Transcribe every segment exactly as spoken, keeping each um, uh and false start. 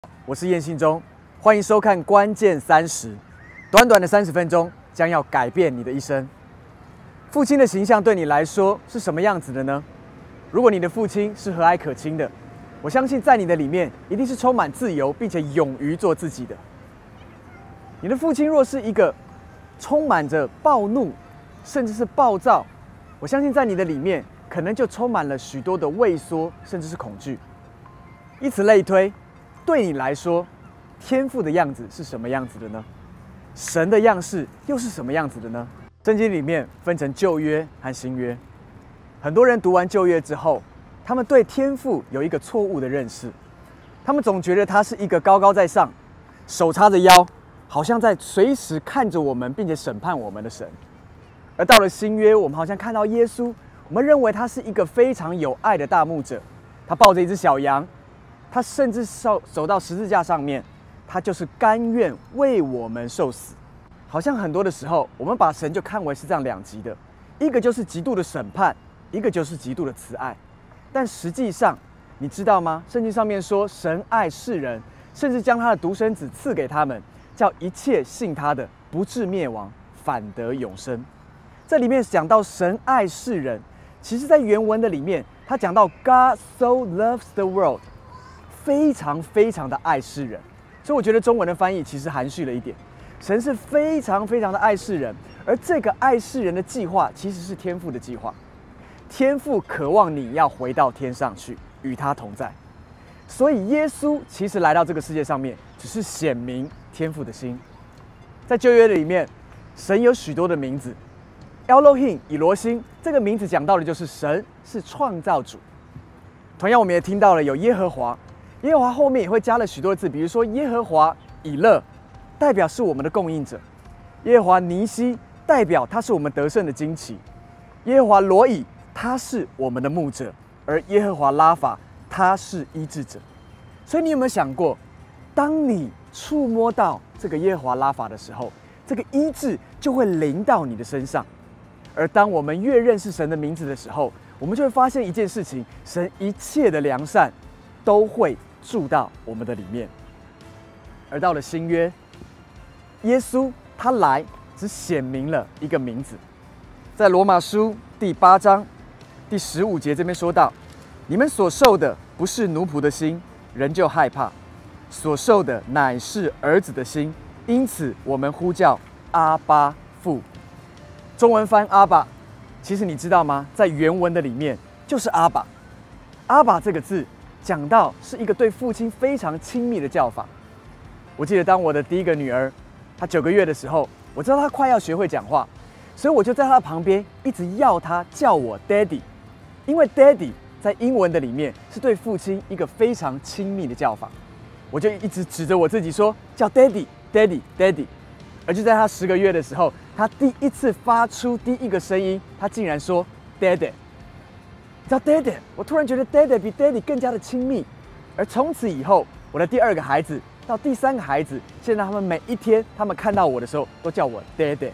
我是燕信忠，欢迎收看《关键三十》，短短的三十分钟将要改变你的一生。父亲的形象对你来说是什么样子的呢？如果你的父亲是和蔼可亲的，我相信在你的里面一定是充满自由，并且勇于做自己的。你的父亲若是一个充满着暴怒，甚至是暴躁，我相信在你的里面可能就充满了许多的畏缩，甚至是恐惧。以此类推，对你来说，天父的样子是什么样子的呢？神的样式又是什么样子的呢？圣经里面分成旧约和新约。很多人读完旧约之后，他们对天父有一个错误的认识，他们总觉得他是一个高高在上，手叉着腰，好像在随时看着我们，并且审判我们的神。而到了新约，我们好像看到耶稣，我们认为他是一个非常有爱的大牧者，他抱着一只小羊，他甚至走到十字架上面，他就是甘愿为我们受死。好像很多的时候，我们把神就看为是这样两极的，一个就是极度的审判，一个就是极度的慈爱。但实际上，你知道吗？圣经上面说，神爱世人，甚至将他的独生子赐给他们，叫一切信他的不至灭亡，反得永生。这里面讲到神爱世人，其实在原文的里面，他讲到 God so loves the world， 非常非常的爱世人。所以我觉得中文的翻译其实含蓄了一点。神是非常非常的爱世人，而这个爱世人的计划其实是天父的计划。天父渴望你要回到天上去，与他同在。所以耶稣其实来到这个世界上面，只是显明天父的心。在旧约里面，神有许多的名字。Elohim 以罗星这个名字讲到的就是神是创造主。同样，我们也听到了有耶和华，耶和华后面也会加了许多字，比如说耶和华以勒，代表是我们的供应者；耶和华尼西，代表他是我们得胜的旌旗；耶和华罗以，他是我们的牧者；而耶和华拉法，他是医治者。所以你有没有想过，当你触摸到这个耶和华拉法的时候，这个医治就会临到你的身上。而当我们越认识神的名字的时候，我们就会发现一件事情：神一切的良善都会住到我们的里面。而到了新约，耶稣他来只显明了一个名字，在罗马书第八章第十五节这边说到：你们所受的不是奴仆的心，人就害怕；所受的乃是儿子的心，因此我们呼叫阿爸父。中文翻阿爸，其实你知道吗？在原文的里面就是阿爸。阿爸这个字讲到是一个对父亲非常亲密的叫法。我记得当我的第一个女儿，她九个月的时候，我知道她快要学会讲话，所以我就在她旁边一直要她叫我 Daddy， 因为 Daddy 在英文的里面是对父亲一个非常亲密的叫法。我就一直指着我自己说叫 Daddy Daddy Daddy。而就在他十个月的时候，他第一次发出第一个声音，他竟然说 Daddy。 你知道 Daddy， 我突然觉得 Daddy 比 Daddy 更加的亲密。而从此以后，我的第二个孩子到第三个孩子，现在他们每一天，他们看到我的时候都叫我 Daddy。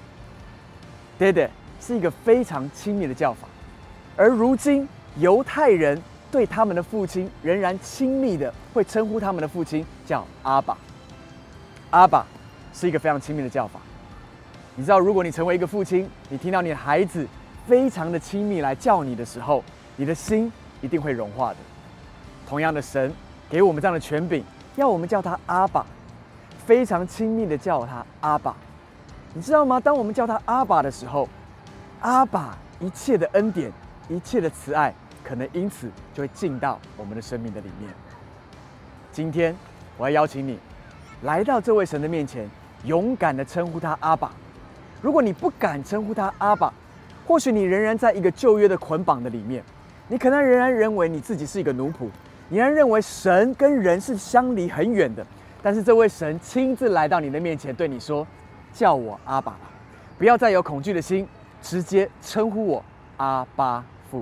Daddy 是一个非常亲密的叫法。而如今犹太人对他们的父亲仍然亲密的会称呼他们的父亲叫阿爸。阿爸是一个非常亲密的叫法。你知道，如果你成为一个父亲，你听到你的孩子非常的亲密来叫你的时候，你的心一定会融化的。同样的，神给我们这样的权柄，要我们叫他阿爸，非常亲密的叫他阿爸。你知道吗？当我们叫他阿爸的时候，阿爸一切的恩典，一切的慈爱，可能因此就会进到我们的生命的里面。今天我要邀请你来到这位神的面前，勇敢的称呼他阿爸。如果你不敢称呼他阿爸，或许你仍然在一个旧约的捆绑的里面，你可能仍然认为你自己是一个奴仆，你仍然认为神跟人是相离很远的。但是这位神亲自来到你的面前，对你说：叫我阿爸吧，不要再有恐惧的心，直接称呼我阿爸父。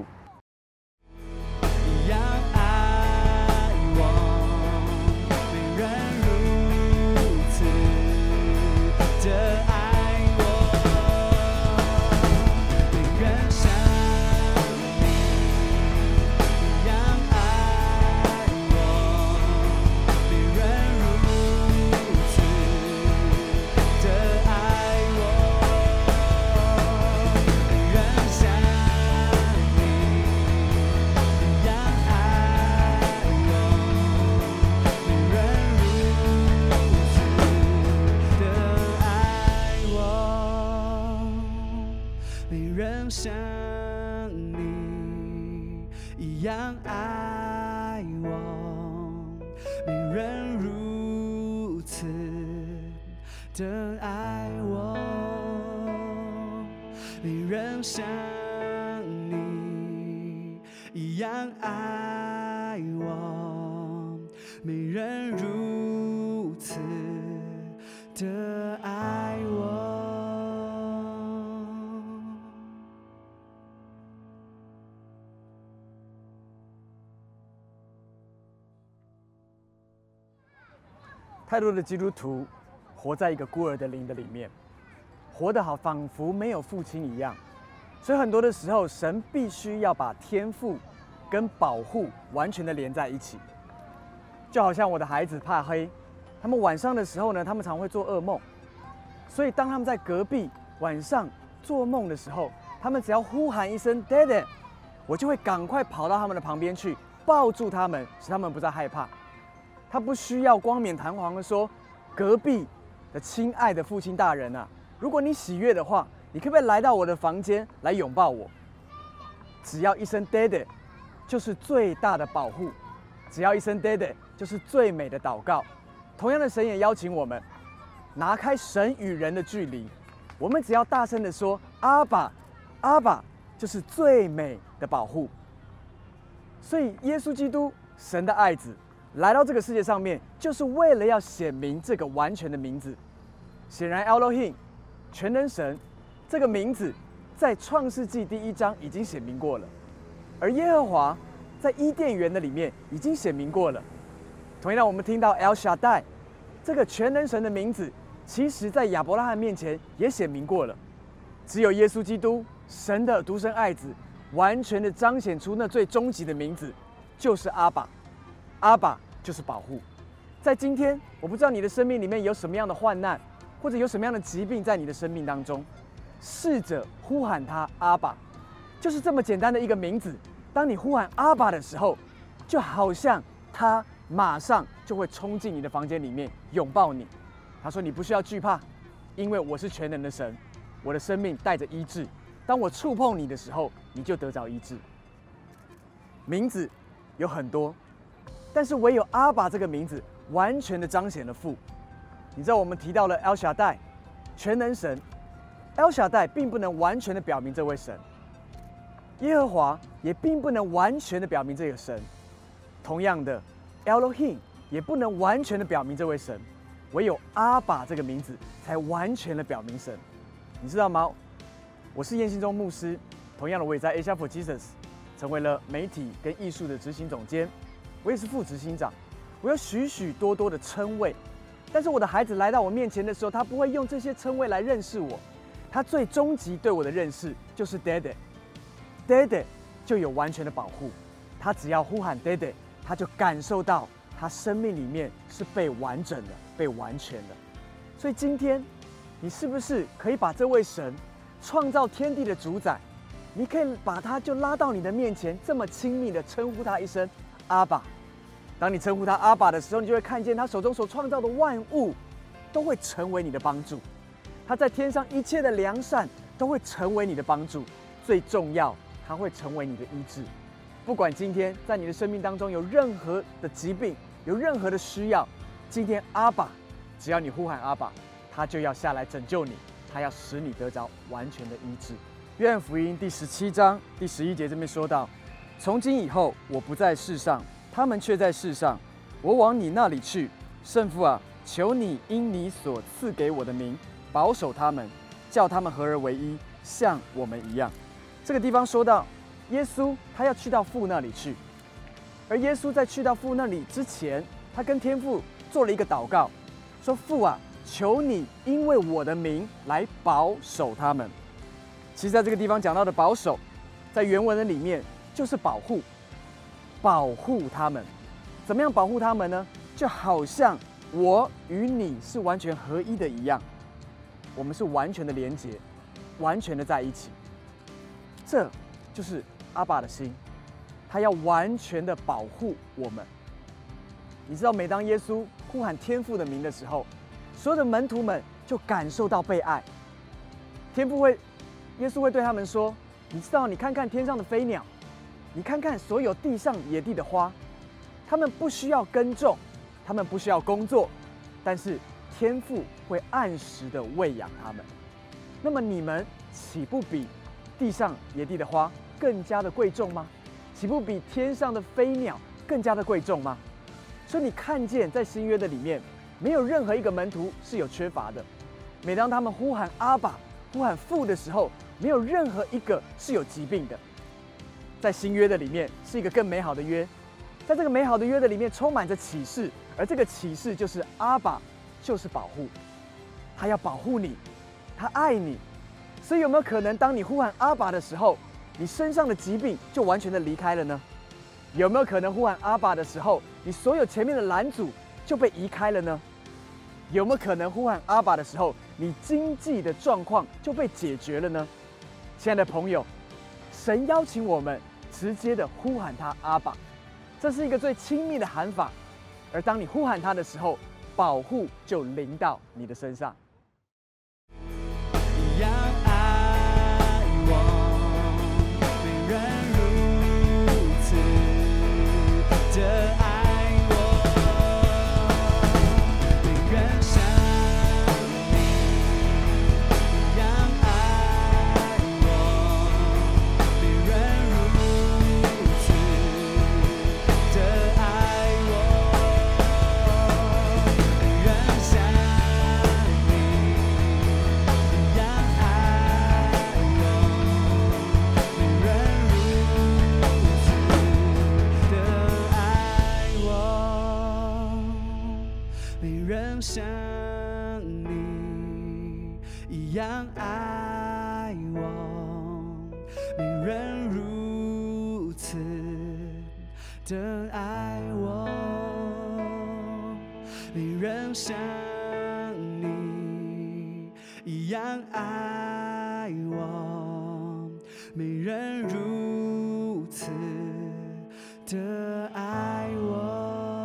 的爱我，没人像你一样爱我，没人如此的爱我。 太多的基督徒活在一个孤儿的灵的里面，活得好仿佛没有父亲一样，所以很多的时候，神必须要把天赋跟保护完全的连在一起。就好像我的孩子怕黑，他们晚上的时候呢，他们常会做噩梦，所以当他们在隔壁晚上做梦的时候，他们只要呼喊一声 "Daddy"， 我就会赶快跑到他们的旁边去，抱住他们，使他们不再害怕。他不需要光冕堂皇的说："隔壁的亲爱的父亲大人啊，如果你喜悦的话，你可不可以来到我的房间来拥抱我？"只要一声 "Daddy"， 就是最大的保护；只要一声 "Daddy"， 就是最美的祷告。同样的，神也邀请我们拿开神与人的距离，我们只要大声的说"阿爸，阿爸"，就是最美的保护。所以，耶稣基督，神的爱子，来到这个世界上面，就是为了要显明这个完全的名字。显然 ，Elohim， 全能神这个名字，在创世纪第一章已经显明过了，而耶和华在伊甸园的里面已经显明过了。同样，我们听到 El Shaddai 这个全能神的名字，其实在亚伯拉罕面前也显明过了。只有耶稣基督，神的独生爱子，完全的彰显出那最终极的名字，就是阿爸。阿爸就是保护。在今天，我不知道你的生命里面有什么样的患难，或者有什么样的疾病在你的生命当中，试着呼喊他阿爸，就是这么简单的一个名字。当你呼喊阿爸的时候，就好像他马上就会冲进你的房间里面拥抱你。他说："你不需要惧怕，因为我是全能的神，我的生命带着医治。当我触碰你的时候，你就得着医治。"名字有很多，但是唯有阿爸这个名字完全的彰显了父。你知道我们提到了 El Shaddai 全能神 ，El Shaddai 并不能完全的表明这位神，耶和华也并不能完全的表明这个神。同样的 ，Elohim 也不能完全的表明这位神，唯有阿爸这个名字才完全的表明神。你知道吗？我是燕信中牧师，同样的，我也在 Asia for Jesus 成为了媒体跟艺术的执行总监。我也是副执行长，我有许许多多的称谓，但是我的孩子来到我面前的时候，他不会用这些称谓来认识我，他最终极对我的认识就是 Daddy。Daddy 就有完全的保护，他只要呼喊 Daddy， 他就感受到他生命里面是被完整的、被完全的。所以今天，你是不是可以把这位神创造天地的主宰，你可以把他就拉到你的面前，这么亲密的称呼他一声阿爸。当你称呼他阿爸的时候，你就会看见他手中所创造的万物都会成为你的帮助，他在天上一切的良善都会成为你的帮助。最重要，他会成为你的医治。不管今天在你的生命当中有任何的疾病，有任何的需要，今天阿爸，只要你呼喊阿爸，他就要下来拯救你，他要使你得着完全的医治。约翰福音第十七章第十一节这边说到：从今以后，我不在世上，他们却在世上，我往你那里去。圣父啊，求你因你所赐给我的名，保守他们，叫他们合而为一，像我们一样。这个地方说到，耶稣他要去到父那里去，而耶稣在去到父那里之前，他跟天父做了一个祷告，说：父啊，求你因为我的名来保守他们。其实在这个地方讲到的保守，在原文的里面就是保护，保护他们。怎么样保护他们呢？就好像我与你是完全合一的一样，我们是完全的连结，完全的在一起。这就是阿爸的心，他要完全的保护我们。你知道，每当耶稣呼喊天父的名的时候，所有的门徒们就感受到被爱。天父会，耶稣会对他们说：你知道，你看看天上的飞鸟，你看看所有地上野地的花，他们不需要耕种，他们不需要工作，但是天父会按时的喂养他们。那么你们岂不比地上野地的花更加的贵重吗？岂不比天上的飞鸟更加的贵重吗？所以你看见在新约的里面，没有任何一个门徒是有缺乏的。每当他们呼喊阿爸、呼喊父的时候，没有任何一个是有疾病的。在新约的里面是一个更美好的约，在这个美好的约的里面充满着启示，而这个启示就是阿爸就是保护，他要保护你，他爱你。所以有没有可能，当你呼喊阿爸的时候，你身上的疾病就完全的离开了呢？有没有可能呼喊阿爸的时候，你所有前面的拦阻就被移开了呢？有没有可能呼喊阿爸的时候，你经济的状况就被解决了呢？亲爱的朋友，神邀请我们直接的呼喊他阿爸，这是一个最亲密的喊法。而当你呼喊他的时候，保护就临到你的身上。 一样爱我，没人如此的爱我，没人像你一样爱我，没人如此的爱我，没人像你一样爱我，没人如此的爱我，没人像你一样爱我，没人如此的爱我，没人像你一样爱我，没人如此的爱我。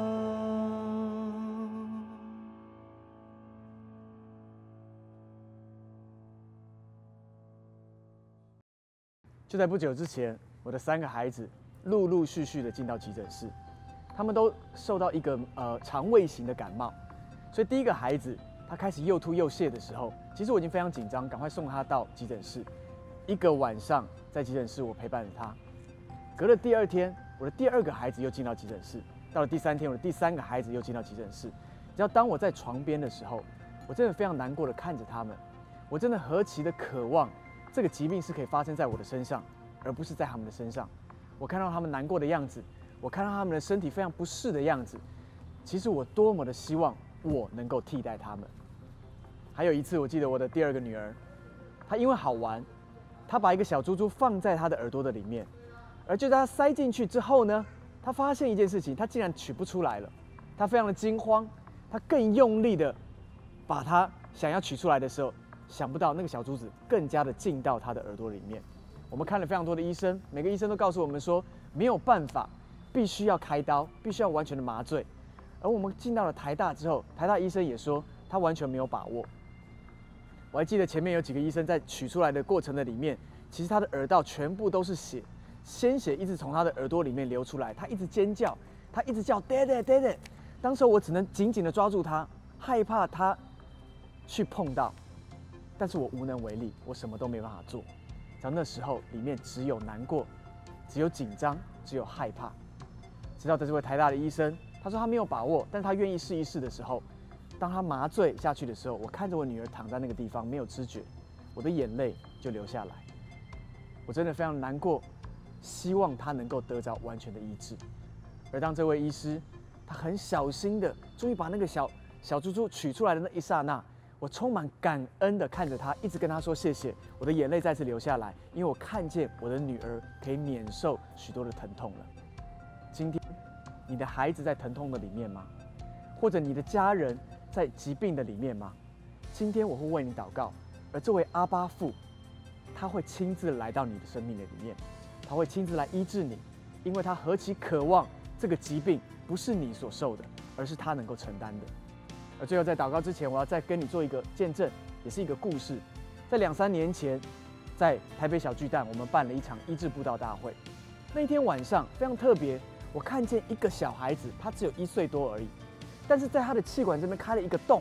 就在不久之前，我的三个孩子陆陆续续的进到急诊室，他们都受到一个呃肠胃型的感冒，所以第一个孩子他开始又吐又泻的时候，其实我已经非常紧张，赶快送他到急诊室。一个晚上在急诊室，我陪伴着他。隔了第二天，我的第二个孩子又进到急诊室，到了第三天，我的第三个孩子又进到急诊室。只要当我在床边的时候，我真的非常难过的看着他们，我真的何其的渴望这个疾病是可以发生在我的身上，而不是在他们的身上。我看到他们难过的样子，我看到他们的身体非常不适的样子，其实我多么的希望我能够替代他们。还有一次，我记得我的第二个女儿，她因为好玩，她把一个小珠珠放在她的耳朵的里面，而就在她塞进去之后呢，她发现一件事情，她竟然取不出来了，她非常的惊慌，她更用力的把它想要取出来的时候，想不到那个小珠子更加的进到她的耳朵里面。我们看了非常多的医生，每个医生都告诉我们说没有办法，必须要开刀，必须要完全的麻醉。而我们进到了台大之后，台大医生也说他完全没有把握。我还记得前面有几个医生在取出来的过程的里面，其实他的耳道全部都是血，鲜血一直从他的耳朵里面流出来，他一直尖叫，他一直叫爹爹爹爹。当时我只能紧紧的抓住他，害怕他去碰到，但是我无能为力，我什么都没办法做。在那时候，里面只有难过，只有紧张，只有害怕。直到这位台大的医生，他说他没有把握，但是他愿意试一试的时候，当他麻醉下去的时候，我看着我女儿躺在那个地方没有知觉，我的眼泪就流下来。我真的非常难过，希望她能够得着完全的医治。而当这位医师，他很小心的，终于把那个小小珠珠取出来的那一刹那，我充满感恩的看着他，一直跟他说谢谢。我的眼泪再次流下来，因为我看见我的女儿可以免受许多的疼痛了。今天，你的孩子在疼痛的里面吗？或者你的家人在疾病的里面吗？今天我会为你祷告，而这位阿爸父，他会亲自来到你的生命的里面，他会亲自来医治你，因为他何其渴望这个疾病不是你所受的，而是他能够承担的。而最后在祷告之前，我要再跟你做一个见证，也是一个故事。在两三年前，在台北小巨蛋，我们办了一场医治布道大会。那一天晚上非常特别，我看见一个小孩子，他只有一岁多而已，但是在他的气管这边开了一个洞，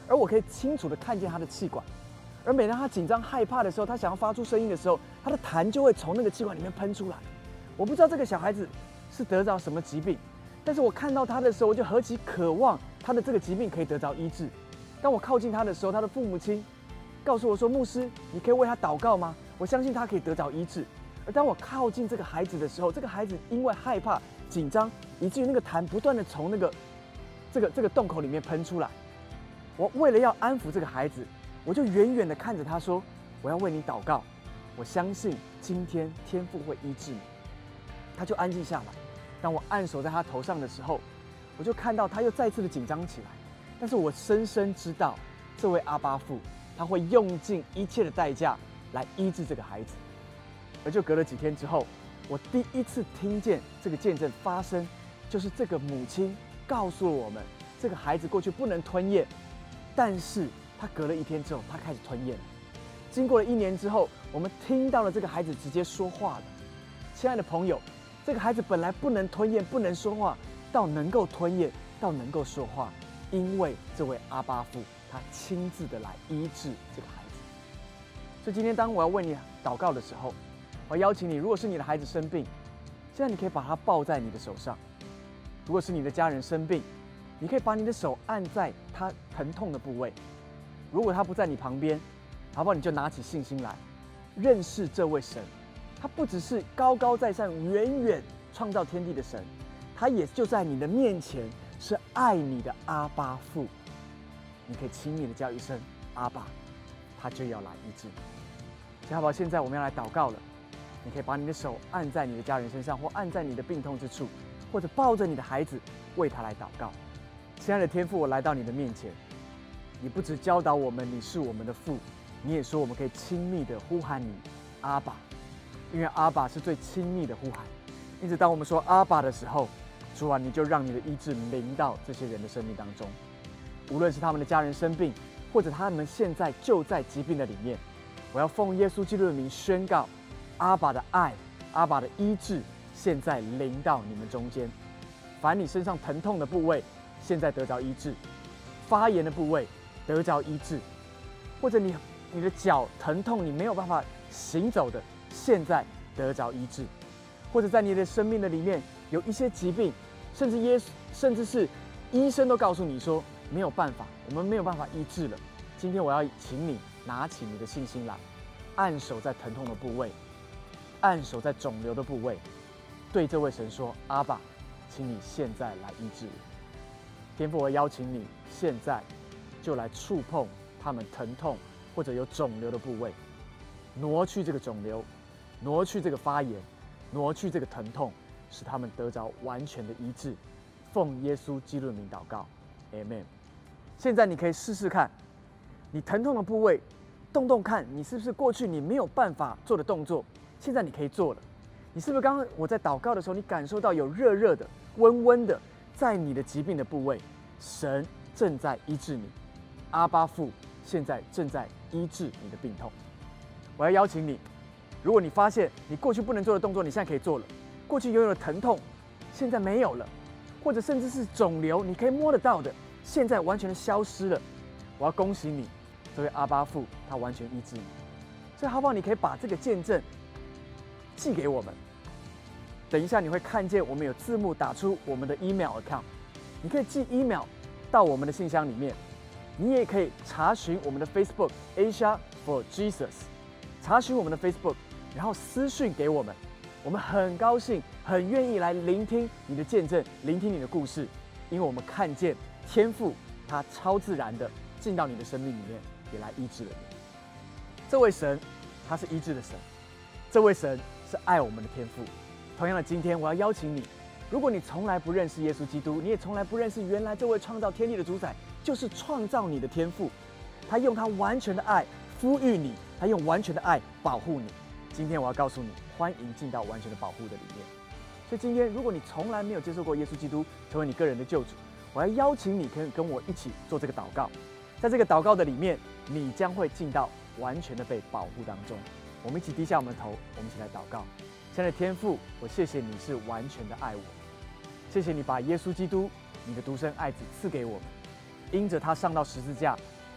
而我可以清楚地看见他的气管。而每当他紧张害怕的时候，他想要发出声音的时候，他的痰就会从那个气管里面喷出来。我不知道这个小孩子是得着什么疾病，但是我看到他的时候，我就何其渴望他的这个疾病可以得着医治。当我靠近他的时候，他的父母亲告诉我说：“牧师，你可以为他祷告吗？我相信他可以得着医治。”而当我靠近这个孩子的时候，这个孩子因为害怕、紧张，以至于那个痰不断的从那个这个这个洞口里面喷出来。我为了要安抚这个孩子，我就远远的看着他说：“我要为你祷告，我相信今天天父会医治你。”他就安静下来。当我按手在他头上的时候，我就看到他又再次的紧张起来。但是我深深知道，这位阿爸父他会用尽一切的代价来医治这个孩子。而就隔了几天之后，我第一次听见这个见证发生，就是这个母亲告诉我们，这个孩子过去不能吞咽，但是他隔了一天之后，他开始吞咽了。经过了一年之后，我们听到了这个孩子直接说话了。亲爱的朋友，这个孩子本来不能吞咽、不能说话，到能够吞咽，到能够说话，因为这位阿爸父他亲自的来医治这个孩子。所以今天当我要为你祷告的时候，我要邀请你，如果是你的孩子生病，现在你可以把他抱在你的手上；如果是你的家人生病，你可以把你的手按在他疼痛的部位。如果他不在你旁边，好不好？你就拿起信心来，认识这位神。他不只是高高在上、远远创造天地的神，他也就在你的面前，是爱你的阿爸父。你可以亲密的叫一声阿爸，他就要来医治你。好不好？现在我们要来祷告了。你可以把你的手按在你的家人身上，或按在你的病痛之处，或者抱着你的孩子，为他来祷告。亲爱的天父，我来到你的面前，你不只教导我们你是我们的父，你也说我们可以亲密的呼喊你阿爸，因为阿爸是最亲密的呼喊。因此当我们说阿爸的时候，主啊，你就让你的医治临到这些人的生命当中，无论是他们的家人生病，或者他们现在就在疾病的里面，我要奉耶稣基督的名宣告，阿爸的爱，阿爸的医治，现在临到你们中间。凡你身上疼痛的部位，现在得着医治；发炎的部位得着医治，或者你你的脚疼痛，你没有办法行走的，现在得着医治；或者在你的生命的里面有一些疾病，甚至耶稣，甚至是医生都告诉你说没有办法，我们没有办法医治了。今天我要请你拿起你的信心来，按手在疼痛的部位，按手在肿瘤的部位，对这位神说：“阿爸，请你现在来医治我。”天父，我邀请你现在就来触碰他们疼痛或者有肿瘤的部位，挪去这个肿瘤，挪去这个发炎，挪去这个疼痛，使他们得着完全的医治。奉耶稣基督的名祷告 ，Amen。现在你可以试试看，你疼痛的部位动动看，你是不是过去你没有办法做的动作，现在你可以做了。你是不是刚刚我在祷告的时候，你感受到有热热的、温温的，在你的疾病的部位，神正在医治你，阿爸父现在正在医治你的病痛。我要邀请你，如果你发现你过去不能做的动作，你现在可以做了；过去拥有的疼痛，现在没有了，或者甚至是肿瘤，你可以摸得到的，现在完全的消失了。我要恭喜你，这位阿爸父他完全医治你。所以好不好？你可以把这个见证寄给我们。等一下你会看见我们有字幕打出我们的 email account， 你可以寄 email 到我们的信箱里面。你也可以查询我们的 Facebook Asia for Jesus， 查询我们的 Facebook， 然后私讯给我们。我们很高兴，很愿意来聆听你的见证，聆听你的故事，因为我们看见天父他超自然的进到你的生命里面，也来医治了你。这位神他是医治的神，这位神是爱我们的天父。同样的，今天我要邀请你，如果你从来不认识耶稣基督，你也从来不认识原来这位创造天地的主宰就是创造你的天父，他用他完全的爱孵育你，他用完全的爱保护你。今天我要告诉你，欢迎进到完全的保护的里面。所以今天，如果你从来没有接受过耶稣基督成为你个人的救主，我要邀请你可以跟我一起做这个祷告。在这个祷告的里面，你将会进到完全的被保护当中。我们一起低下我们的头，我们一起来祷告。亲爱的天父，我谢谢你是完全的爱我，谢谢你把耶稣基督你的独生爱子赐给我们，因着他上到十字架，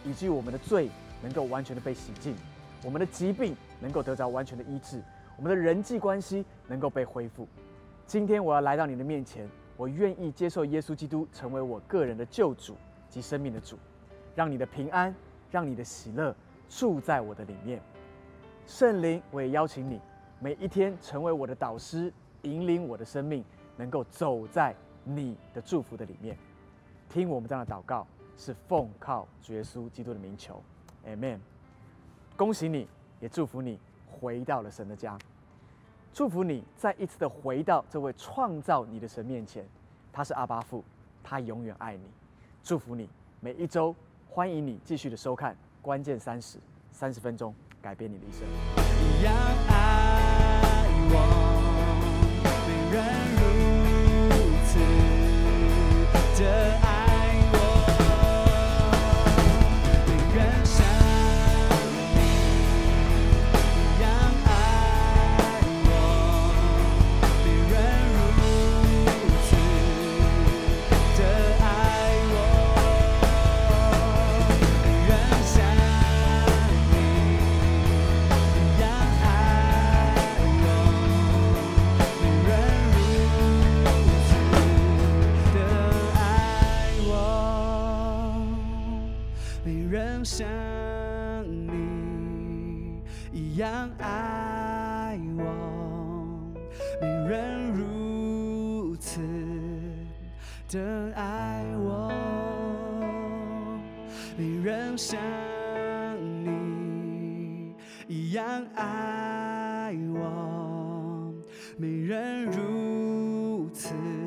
以至于我们的罪能够完全的被洗净，我们的疾病能够得着完全的医治，我们的人际关系能够被恢复。今天我要来到你的面前，我愿意接受耶稣基督成为我个人的救主及生命的主，让你的平安，让你的喜乐住在我的里面。圣灵，我也邀请你每一天成为我的导师，引领我的生命能够走在你的祝福的里面。听我们这样的祷告，是奉靠主耶稣基督的名求 ，Amen。恭喜你，也祝福你回到了神的家，祝福你再一次的回到这位创造你的神面前，他是阿爸父，他永远爱你。祝福你每一周，欢迎你继续的收看关键三十三十分钟，改变你的一生。 一样爱我，没人如此的爱。像你一样爱我，没人如此的爱我，没人像你一样爱我，没人如此。